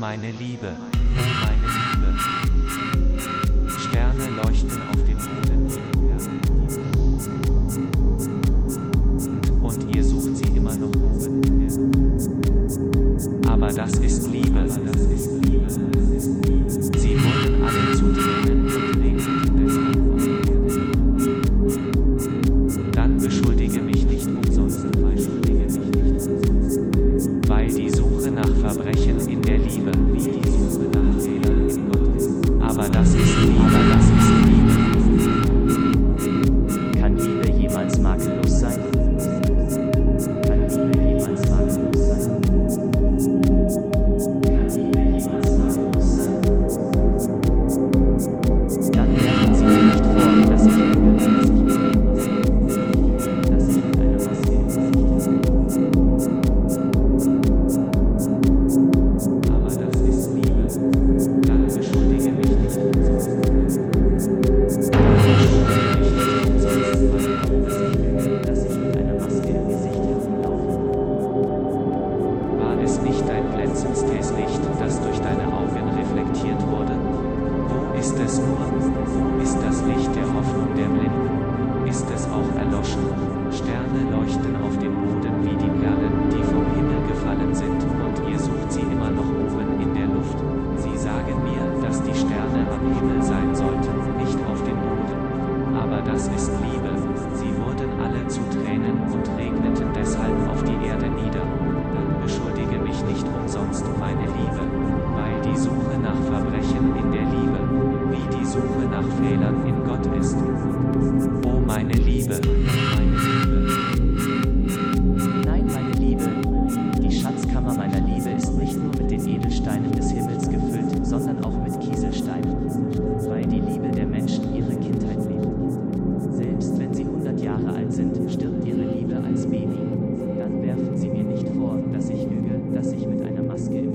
meine Liebe, oh meine Liebe. Sterne leuchten auf dem Boden, und ihr sucht sie immer noch oben. Aber das ist Liebe, sie wurden alle zu Tränen und regneten deshalb auf die Erde. Dann beschuldige mich nicht umsonst, weil die Suche nach Verbrechen in der Liebe, wie die Suche nach Fehlern in Gott ist. Aber das ist Liebe, Kann Liebe jemals makellos sein? Kann Liebe jemals makellos sein? Kann Liebe jemals makellos sein? Dann werfen Sie mir nicht vor, dass ich lüge, dass ich mit einer Maske im Gesicht habe. Aber das ist Liebe. Dann beschuldige mich nicht umsonst. Dass ich mit einer Maske im Gesicht herumlaufe. War es nicht dein glänzendstes Licht, das durch deine Augen reflektiert wurde? Wo ist es nur? Wo ist das Licht der Hoffnung der Blinden? Ist es auch erloschen? Sterne leuchten auf dem Boden wie die Perlen, die vom Himmel gefallen sind, und ihr sucht sie immer noch oben in der Luft. Sie sagen mir, dass die Sterne am Himmel sein sollten, nicht auf dem Boden. Aber das ist Liebe. Sie wurden alle zu Tränen und regneten deshalb auf die Erde nieder. Dann beschuldige mich nicht umsonst, meine Liebe, weil die Suche nach Verbrechen in der Liebe, wie die Suche nach Fehlern in Gott ist. Oh meine Liebe, meine Liebe. Nein, meine Liebe, die Schatzkammer meiner Liebe ist nicht nur mit den Edelsteinen des Himmels gefüllt, sondern auch mit Kieselsteinen, weil die Liebe der Menschen ihre Kindheit lebt. Selbst wenn sie 100 Jahre alt sind, stirbt ihre Liebe als Baby. Dann werfen Sie mir nicht vor, dass ich lüge, dass ich mit einer Maske im